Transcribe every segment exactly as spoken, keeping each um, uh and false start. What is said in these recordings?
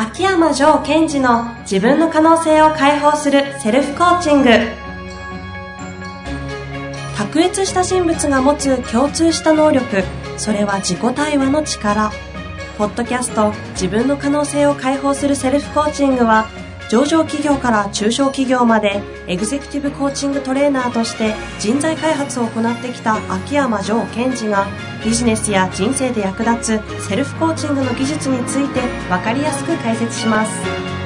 秋山城賢治の自分の可能性を解放するセルフコーチング。卓越した人物が持つ共通した能力、それは自己対話の力。ポッドキャスト自分の可能性を解放するセルフコーチングは、上場企業から中小企業までエグゼクティブコーチングトレーナーとして人材開発を行ってきた秋山城賢治が、ビジネスや人生で役立つセルフコーチングの技術について分かりやすく解説します。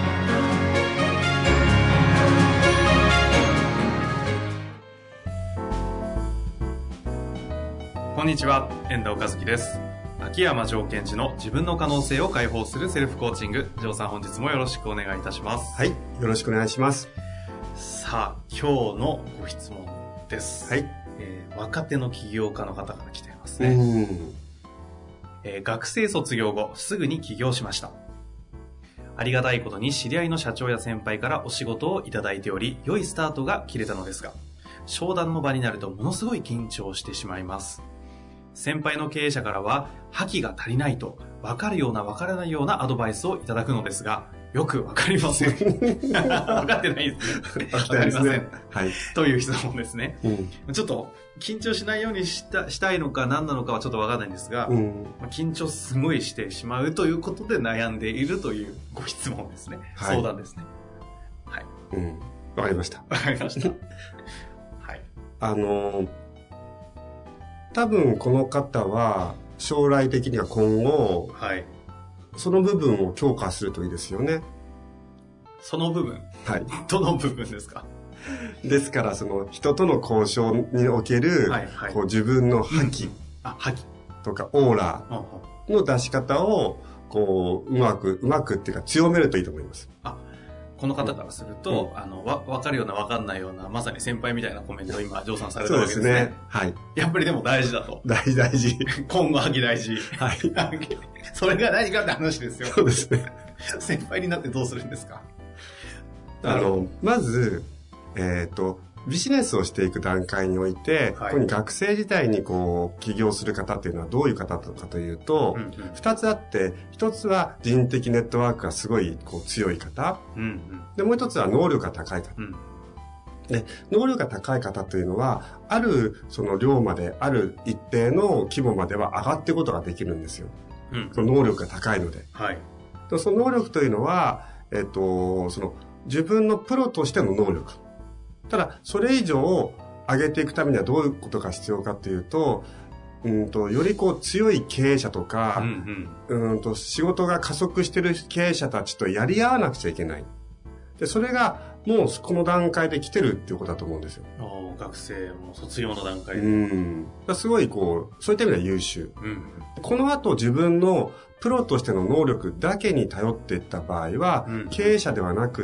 こんにちは、遠藤和樹です。秋山城賢治の自分の可能性を解放するセルフコーチング。城さん、本日もよろしくお願いいたします。 はい、よろしくお願いします。 さあ、今日のご質問です。 はい、 えー、若手の起業家の方から来ていますね。 うん、 えー、学生卒業後すぐに起業しました。ありがたいことに知り合いの社長や先輩からお仕事をいただいており、良いスタートが切れたのですが、商談の場になるとものすごい緊張してしまいます。先輩の経営者からは覇気が足りないと、分かるような分からないようなアドバイスをいただくのですが、よく分かりません。分かってないですね。分かりません。 はい。 という質問ですね。 うん、 ちょっと緊張しないようにした、したいのか何なのかはちょっと分かんないんですが、 うん、 緊張すごいしてしまうということで悩んでいるというご質問ですね。はい、相談ですね。はい。 うん。分かりました。 分かりました。はい。 あのー、多分この方は将来的には今後、はい、その部分を強化するといいですよね。 その部分、 はい、 どの部分ですか？ ですから、その人との交渉における、はいはい、こう自分の覇気、うん、 あ、覇気とかオーラの出し方をこううまくうまくっていうか強めるといいと思います。 あ、この方からすると、うん、あのわ分かるような分かんないような、まさに先輩みたいなコメントを今城さんされたわけですね。そうですね。 はい。 やっぱりでも大事だと。 大事大事。 今後覇気大事。 はい。 それが何かって話ですよ。 そうですね。 先輩になってどうするんですか？ あのまずえっとビジネスをしていく段階において、はい、ここに学生時代にこう起業する方っていうのはどういう方かというと、うんうん、ふたつあって、ひとつは人的ネットワークがすごいこう強い方、うんうん、でもう一つは能力が高い方、うん、で能力が高い方というのはあるその量まである一定の規模までは上がっていくことができるんですよ、うん、その能力が高いので、はい、でその能力というのは、えっと、その自分のプロとしての能力、ただそれ以上上げていくためにはどういうことが必要かというと、うんとよりこう強い経営者とか、うんうん、うんと仕事が加速している経営者たちとやり合わなくちゃいけない。でそれがもうこの段階で来てるっていうことだと思うんですよ。 学生も卒業の段階で、 うん、すごいこうそういった意味では優秀、うん、この後自分のプロとしての能力だけに頼っていった場合は、うん、経営者ではなくって、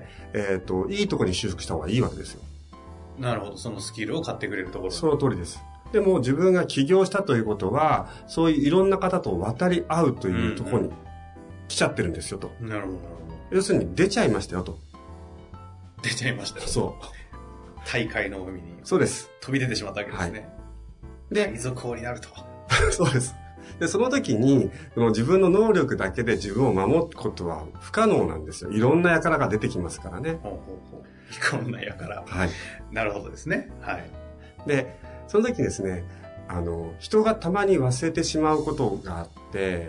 えっと、いいところに修復した方がいいわけですよ。 なるほど、そのスキルを買ってくれるところ。 その通りです。でも自分が起業したということは、そういういろんな方と渡り合うというところに来ちゃってるんですよと。 うんうん、なるほど、なるほど。 要するに出ちゃいましたよと。 出ちゃいましたよ。 そう。 大海の海に。 そうです。 飛び出てしまったわけですね。はい、で、海賊王になると。 そうです。で、その時に、その自分の能力だけで自分を守ることは不可能なんですよ。いろんな輩が出てきますからね。ほうほうほう。いろんな輩。はい。なるほどですね。はい。 で、その時ですね、あの、人がたまに忘れてしまうことがあって、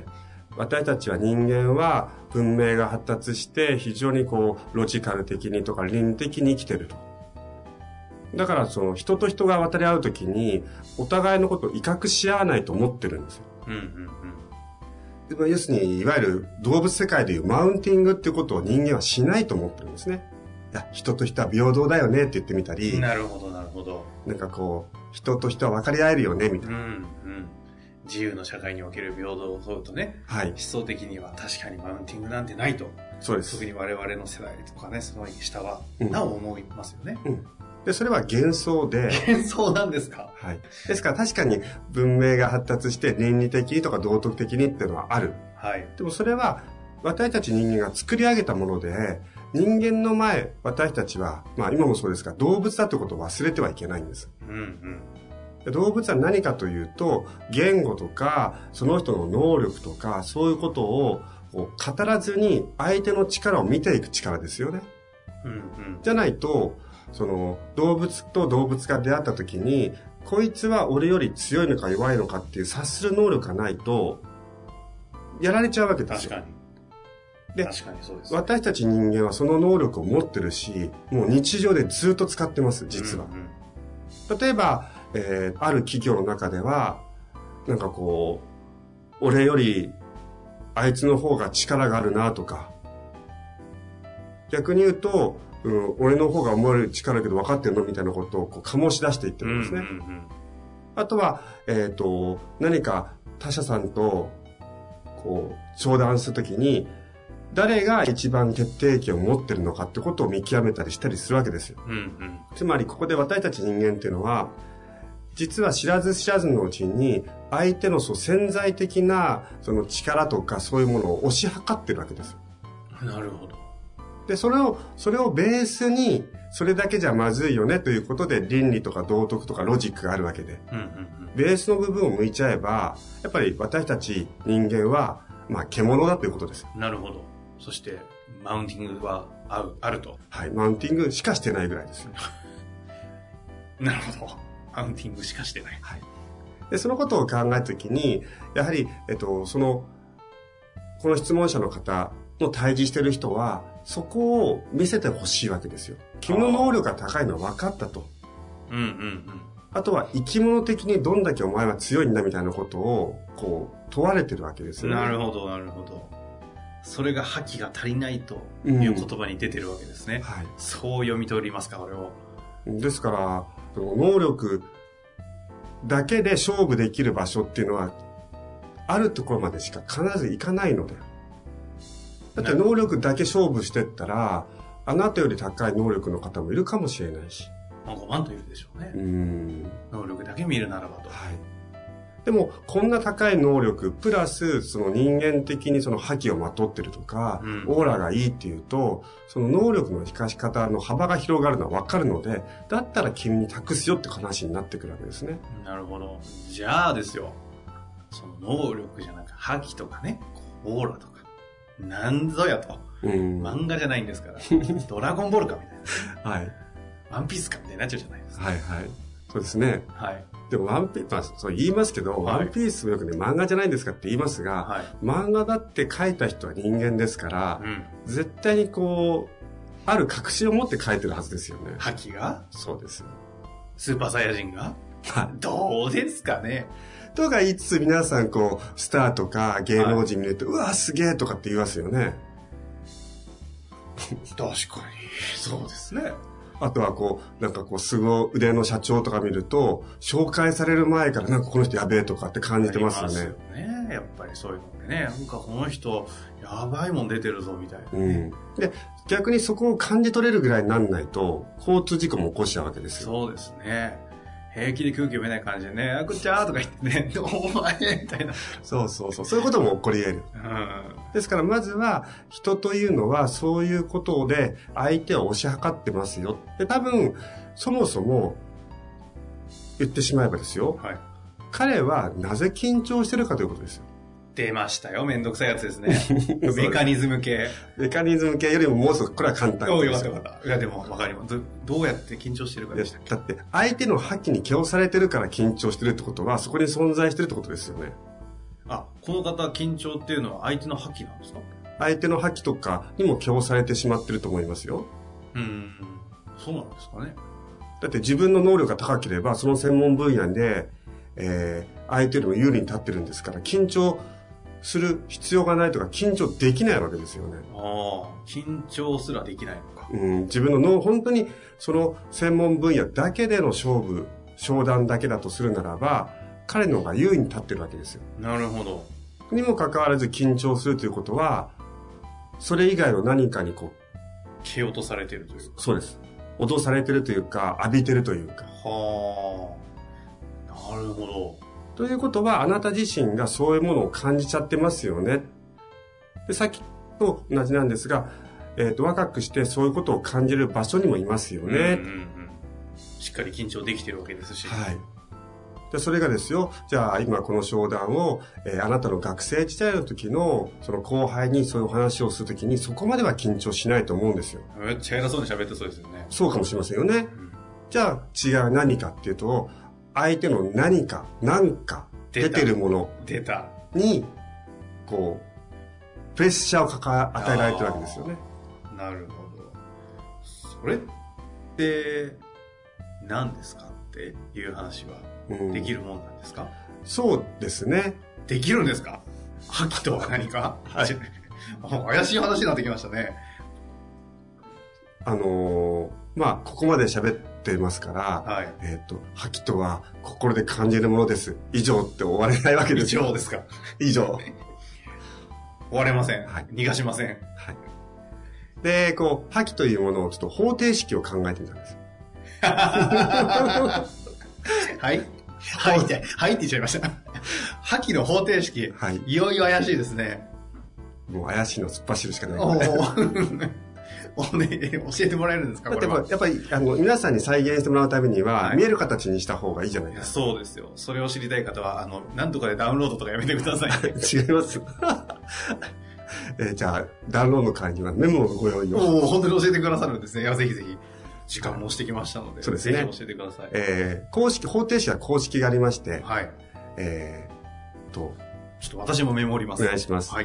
私たちは人間は文明が発達して非常にこうロジカル的にとか倫理的に生きてると。だからその人と人が渡り合うときにお互いのことを威嚇し合わないと思ってるんですよ。うんうんうん、要するにいわゆる動物世界でいうマウンティングっていうことを人間はしないと思ってるんですね。いや、人と人は平等だよねって言ってみたり。 なるほどなるほど。 なんかこう人と人は分かり合えるよねみたいな。うんうん、 自由の社会における平等を問うとね、はい、思想的には確かにマウンティングなんてないと。そうです。特に我々の世代とかね、その下は、うん、なお思いますよね。うんで、それは幻想で。 幻想なんですか？ はい。ですから確かに文明が発達して倫理的にとか道徳的にっていうのはある。はい。でもそれは私たち人間が作り上げたもので、人間の前、私たちは、まあ今もそうですが、動物だということを忘れてはいけないんです。うんうん。動物は何かというと、言語とか、その人の能力とか、そういうことをこう語らずに相手の力を見ていく力ですよね。 うんうん、 じゃないと、その動物と動物が出会った時に、こいつは俺より強いのか弱いのかっていう察する能力がないと、やられちゃうわけですよ。 確かに。 で、 確かにそうです。 私たち人間はその能力を持ってるし、もう日常でずっと使ってます、実は。うんうん、例えば、えー、ある企業の中では、なんかこう、俺よりあいつの方が力があるなとか、逆に言うと、うん、俺の方が思われる力だけど分かってるのみたいなことをこう醸し出していってるんですね。うんうんうん、あとは、えっと、何か他者さんと、こう、商談するときに、誰が一番決定権を持ってるのかってことを見極めたりしたりするわけですよ。うんうん、つまり、ここで私たち人間っていうのは、実は知らず知らずのうちに、相手のそう潜在的なその力とかそういうものを推し量ってるわけですよ。 なるほど。 で、それを、それをベースに、それだけじゃまずいよねということで、倫理とか道徳とかロジックがあるわけで、うんうんうん、ベースの部分を向いちゃえば、やっぱり私たち人間は、まあ、獣だということです。 なるほど。そして、マウンティングはある、あると。 はい、マウンティングしかしてないぐらいですよ。 なるほど。マウンティングしかしてない。 はい。で、そのことを考えたときに、やはり、えっと、その、この質問者の方の対峙している人は、そこを見せてほしいわけですよ。君の能力が高いのは分かったと。うんうんうん。あとは生き物的にどんだけお前は強いんだみたいなことを、こう、問われてるわけですよね。 なるほど、なるほど。それが覇気が足りないという言葉に出てるわけですね。うん、はい。そう読み取りますか、これを。 ですから、能力だけで勝負できる場所っていうのは、あるところまでしか必ず行かないので。だって能力だけ勝負してったら、あなたより高い能力の方もいるかもしれないし。 まあ、ごまんといるでしょうね。うん。能力だけ見るならばと。はい。 でも、こんな高い能力、プラス、その人間的にその覇気をまとってるとか、うん、オーラがいいっていうと、その能力の活かし方の幅が広がるのはわかるので、だったら君に託すよって話になってくるわけですね。 なるほど。じゃあですよ。その能力じゃなく、覇気とかね、オーラとか。なんぞやと、うん、漫画じゃないんですからドラゴンボールかみたいな、はい、ワンピースかみたいになっちゃうじゃないですか。 はいはい、そうですね。はい。でもワンピース、まあ、そう言いますけど、はい、ワンピースもよくね漫画じゃないんですかって言いますが、はい、漫画だって書いた人は人間ですから、うん、絶対にこうある確信を持って書いてるはずですよね。 覇気が？ そうですよ。 スーパーサイヤ人が？どうですかね。 とか言いつつ皆さんこうスターとか芸能人見ると、はい、うわすげえとかって言いますよね。 確かにそうですね。 あとはこうなんかこう凄腕の社長とか見ると紹介される前からなんかこの人やべえとかって感じてますよね。ありますよね。やっぱりそういうのでね、なんかこの人やばいもん出てるぞみたいな、ね、 うん。で逆にそこを感じ取れるぐらいになんないと交通事故も起こしちゃうわけですよ。 そうですね。平気で空気読めない感じでね、あくっちゃーとか言ってね、お前みたいな。 そうそうそう。そういうことも起こり得る。うん、ですからまずは、人というのはそういうことで相手を推し量ってますよ。で、多分、そもそも言ってしまえばですよ。はい、彼はなぜ緊張してるかということですよ。 出ましたよ。めんどくさいやつですね。メカニズム系。 メカニズム系よりももう少し、これは簡単です。 よかったよかった。いやでもわかります。どうやって緊張してるかでしたっけ？ だって相手の覇気に気をされてるから緊張してるってことは、そこに存在してるってことですよね。 あ、この方緊張っていうのは相手の覇気なんですか？ 相手の覇気とかにも気をされてしまってると思いますよ。 うん。そうなんですかね。 だって自分の能力が高ければ、その専門分野で、えー、相手よりも有利に立ってるんですから、緊張する必要がないとか緊張できないわけですよね。 ああ、緊張すらできないのか。 うん、自分の脳、本当にその専門分野だけでの勝負、商談だけだとするならば、彼の方が優位に立ってるわけですよ。 なるほど。 にもかかわらず緊張するということは、それ以外の何かにこう、 蹴落とされてるというか。 そうです。脅されてるというか、浴びてるというか。 はあ、なるほど。 ということは、あなた自身がそういうものを感じちゃってますよね。で、さっきと同じなんですが、えっと、若くしてそういうことを感じる場所にもいますよね。うんうんうん、 しっかり緊張できてるわけですし。はい。 で、それがですよ、じゃあ今この商談を、えー、あなたの学生時代の時の、その後輩にそういうお話をするときに、そこまでは緊張しないと思うんですよ。 めっちゃ偉そうに喋ってそうですよね。 そうかもしれませんよね。うん、じゃあ違う何かっていうと、相手の何か、何か、出てるもの出たに、こう、プレッシャーをかか与えられてるわけですよね。 なるほど。それって、何ですかっていう話はできるもんなんですか？ うん、そうですね。 できるんですか？覇気とは何か？はい。怪しい話になってきましたね。 あのー、まあ、ここまで喋ってますから、 はい、 えっと、覇気とは心で感じるものです。以上って終われないわけですよ。 以上ですか？ 以上。 終われません。 はい。 逃がしません。はい。 で、こう、覇気というものをちょっと方程式を考えてみたんです。 はいはいって、はいって言っちゃいました。覇気の方程式。はい。いよいよ怪しいですね。 もう怪しいの突っ走るしかない。 おーおね、教えてもらえるんですか？ だってやっぱりあの皆さんに再現してもらうためには、はい、見える形にした方がいいじゃないですか。 そうですよ。それを知りたい方はあのなんとかでダウンロードとかやめてください。 違います。えー、じゃあダウンロードの会にはメモのご用意を。 おお、本当に教えてくださるんですね。いやぜひぜひ。時間もしてきましたので、 そうですね、 ぜひ教えてください。 えー、公式方程式は公式がありまして、 はい。 えー、とちょっと私もメモります。 お願いします。 はい。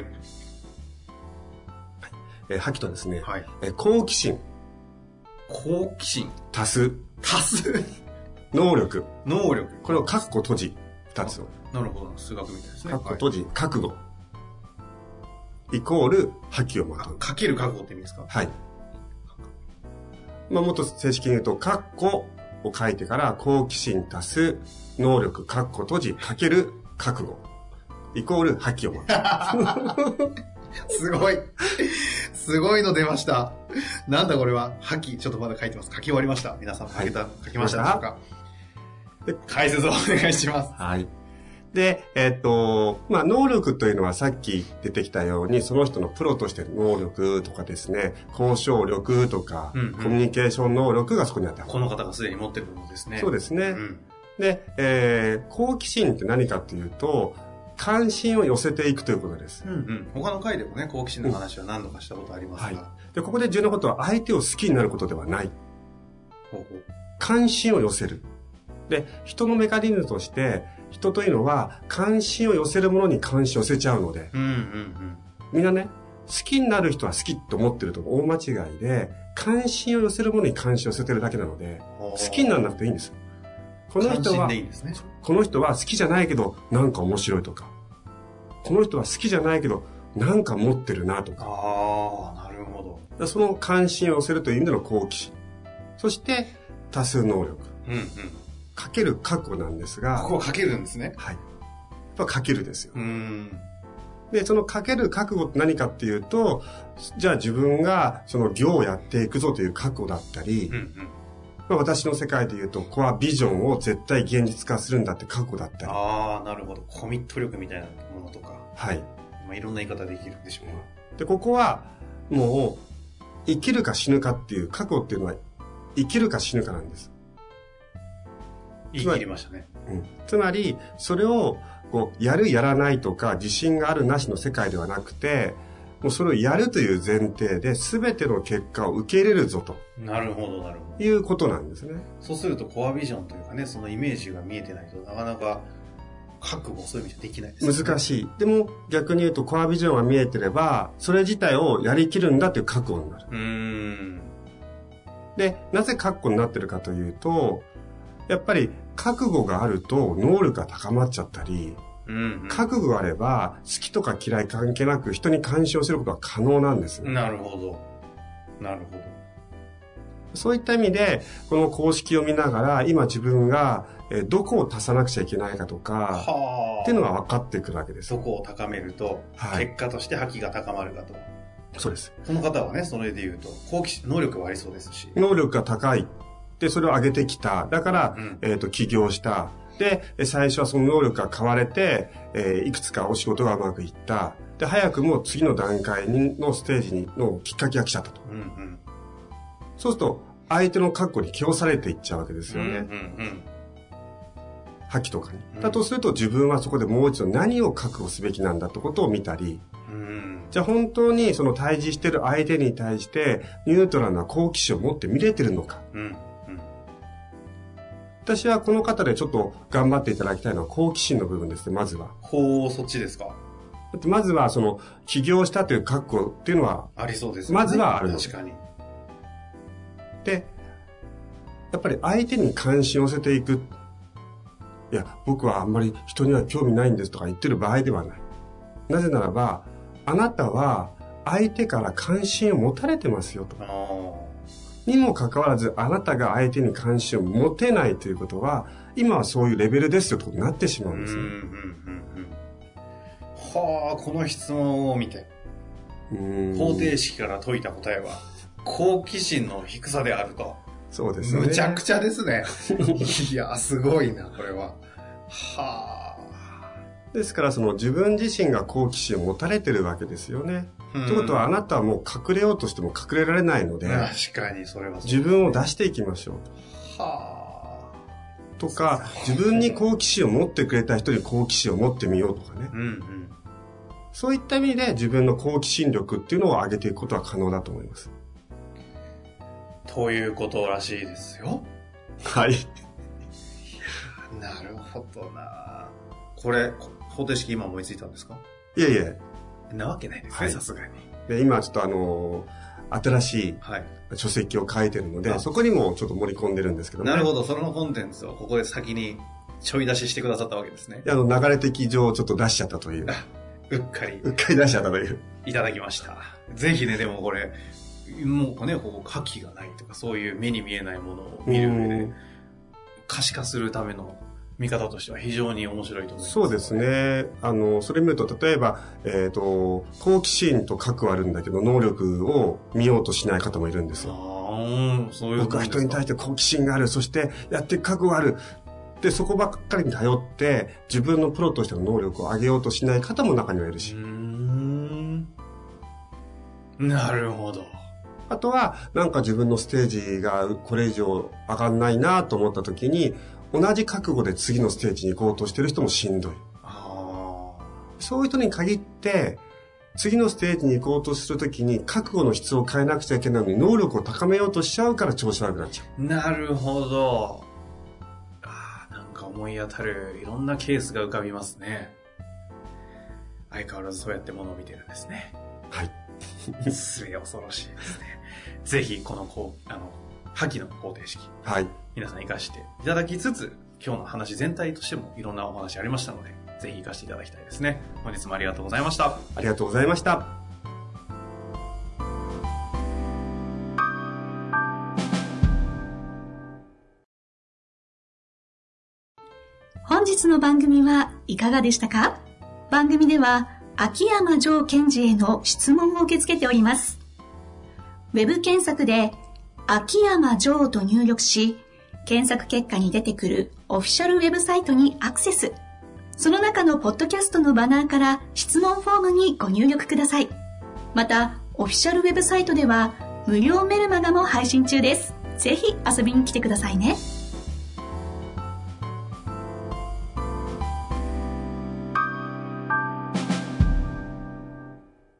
えー、覇気とですね、 はい。 えー、好奇心。 好奇心。 足す。 足す。 能力。 能力。 これをカッコ閉じ。二つを。 なるほど。数学みたいですね。 カッコ閉じ、はい、覚悟。イコール、覇気をまとう。 かける覚悟って意味ですか？ はい。まあ、もっと正式に言うと、カッコを書いてから、好奇心足す、能力、カッコ閉じ、かける、覚悟。イコール、覇気をまとう。 すごい。すごいの出ました。なんだこれは。覇気。ちょっとまだ書いてます。書き終わりました。皆さん書けた、はい、書きましたでしょうか？で、解説をお願いします。 はい。で、えっと、まあ、能力というのはさっき出てきたように、その人のプロとしての能力とかですね、交渉力とか、うんうん、コミュニケーション能力がそこにあった。 この方がすでに持ってるものですね。 そうですね。うん、で、えー、好奇心って何かというと、関心を寄せていくということです。 うんうん、他の回でもね、好奇心の話は何度かしたことありますが、うん、はい。 で、ここで重要なことは相手を好きになることではない。 ほうほう。 関心を寄せる。で、人のメカニズムとして、人というのは関心を寄せるものに関心を寄せちゃうので、 うんうんうん、 みんなね、好きになる人は好きと思ってると大間違いで、関心を寄せるものに関心を寄せてるだけなので、好きにならなくていいんです。この人は、 いいですね、 この人は好きじゃないけどなんか面白いとか、この人は好きじゃないけどなんか持ってるなとか。 ああ、なるほど。 その関心を寄せるという意味での好奇心。そして多数能力。 うんうん。 かける覚悟なんですが。 ここはかけるんですね。 はい。やっぱかけるですよ。 うん。 で、そのかける覚悟って何かっていうと、じゃあ自分がその業をやっていくぞという覚悟だったり、 うんうん、 まあ、私の世界でいうと、コアビジョンを絶対現実化するんだって覚悟だったり。 ああ、なるほど。コミット力みたいなものとか。 はい。 まあ、いろんな言い方できるんでしょうね。 で、ここは、もう、生きるか死ぬかっていう覚悟っていうのは、生きるか死ぬかなんです。 言い切りましたね。 うん。つまり、それを、こう、やるやらないとか、自信があるなしの世界ではなくて、もうそれをやるという前提で、全ての結果を受け入れるぞと。 なるほど、なるほど。 いうことなんですね。 そうすると、コアビジョンというかね、そのイメージが見えてないとなかなか、覚悟そういう意味じゃできないですね。 難しい。でも、逆に言うと、コアビジョンが見えてれば、それ自体をやりきるんだという覚悟になる。 うーん。 で、なぜ覚悟になってるかというと、やっぱり、覚悟があると能力が高まっちゃったり、 うんうん、 覚悟があれば好きとか嫌い関係なく人に干渉することが可能なんですね。 なるほど。なるほど。 そういった意味で、この公式を見ながら、今自分がどこを足さなくちゃいけないかとか、っていうのが分かってくるわけです。 どこを高めると、はい、結果として覇気が高まるかと。 そうです。 この方はね、それで言うと、好奇心、能力はありそうですし。 能力が高い。で、それを上げてきた。だから、うん、えっと、起業した。で、最初はその能力が買われて、えー、いくつかお仕事がうまくいった。で、早くも次の段階のステージにのきっかけが来ちゃったと。 うんうん、 そうすると、相手の覚悟に気をされていっちゃうわけですよね。 うんうんうん、 破棄とかに。だとすると自分はそこでもう一度何を覚悟すべきなんだってことを見たり、うん、じゃあ本当にその対峙してる相手に対してニュートラルな好奇心を持って見れてるのか。うんうん、私はこの方でちょっと頑張っていただきたいのは好奇心の部分ですね、まずは。 ほう、そっちですか。 だってまずはその起業したという覚悟っていうのはありそうですね。 まずはあるの。 確かに。 で、やっぱり相手に関心を寄せていく。いや、僕はあんまり人には興味ないんですとか言ってる場合ではない。なぜならば、あなたは相手から関心を持たれてますよと。にもかかわらず、あなたが相手に関心を持てないということは、今はそういうレベルですよとなってしまうんですよ。うんうんうんうん、 はあ、この質問を見て、方程式から解いた答えは、好奇心の低さであると。 そうですね。 むちゃくちゃですね。いや、すごいな、これは。はあ。 ですから、その自分自身が好奇心を持たれてるわけですよね。ということは、あなたはもう隠れようとしても隠れられないので、 確かに、それはそうですね。 自分を出していきましょう。はあ。とか、自分に好奇心を持ってくれた人に好奇心を持ってみようとかね。うんうん、そういった意味で自分の好奇心力っていうのを上げていくことは可能だと思います。 ということらしいですよ。 はい。 なるほどな。これ、方程式今思いついたんですか？ いえいえ。 なわけないですね、さすがに。 で、今ちょっとあのー、新しい書籍を書いてるので、はい、そこにもちょっと盛り込んでるんですけども、ね。 なるほど、そのコンテンツをここで先にちょい出ししてくださったわけですね。 あの、流れ的上ちょっと出しちゃったという。 うっかり。 うっかり出しちゃったという。 いただきました。ぜひね、でもこれ、もうね、ここ、覇気がないとか、そういう目に見えないものを見る上で、可視化するための見方としては非常に面白いと思います。 そうですね。あの、それ見ると、例えば、えっと、好奇心と核はあるんだけど、能力を見ようとしない方もいるんですよ。ああ、そういうことですか。僕は人に対して好奇心がある、そしてやっていく覚悟がある。で、そこばっかりに頼って、自分のプロとしての能力を上げようとしない方も中にはいるし。うーん。 なるほど。 あとは、なんか自分のステージがこれ以上上がんないなと思った時に、同じ覚悟で次のステージに行こうとしてる人もしんどい。あ、そういう人に限って、次のステージに行こうとするときに覚悟の質を変えなくちゃいけないのに能力を高めようとしちゃうから調子悪くなっちゃう。なるほど。ああ、なんか思い当たるいろんなケースが浮かびますね。相変わらずそうやってものを見てるんですね。 はい。 すげえ恐ろしいですね。ぜひこのこうあの覇気の方程式、はい、皆さん活かしていただきつつ、今日の話全体としてもいろんなお話ありましたので、ぜひ活かしていただきたいですね。本日もありがとうございました。 ありがとうございました。 本日の番組はいかがでしたか？番組では秋山城賢治への質問を受け付けております。ウェブ検索で秋山城と入力し、検索結果に出てくるオフィシャルウェブサイトにアクセス。その中のポッドキャストのバナーから質問フォームにご入力ください。また、オフィシャルウェブサイトでは無料メルマガも配信中です。ぜひ遊びに来てくださいね。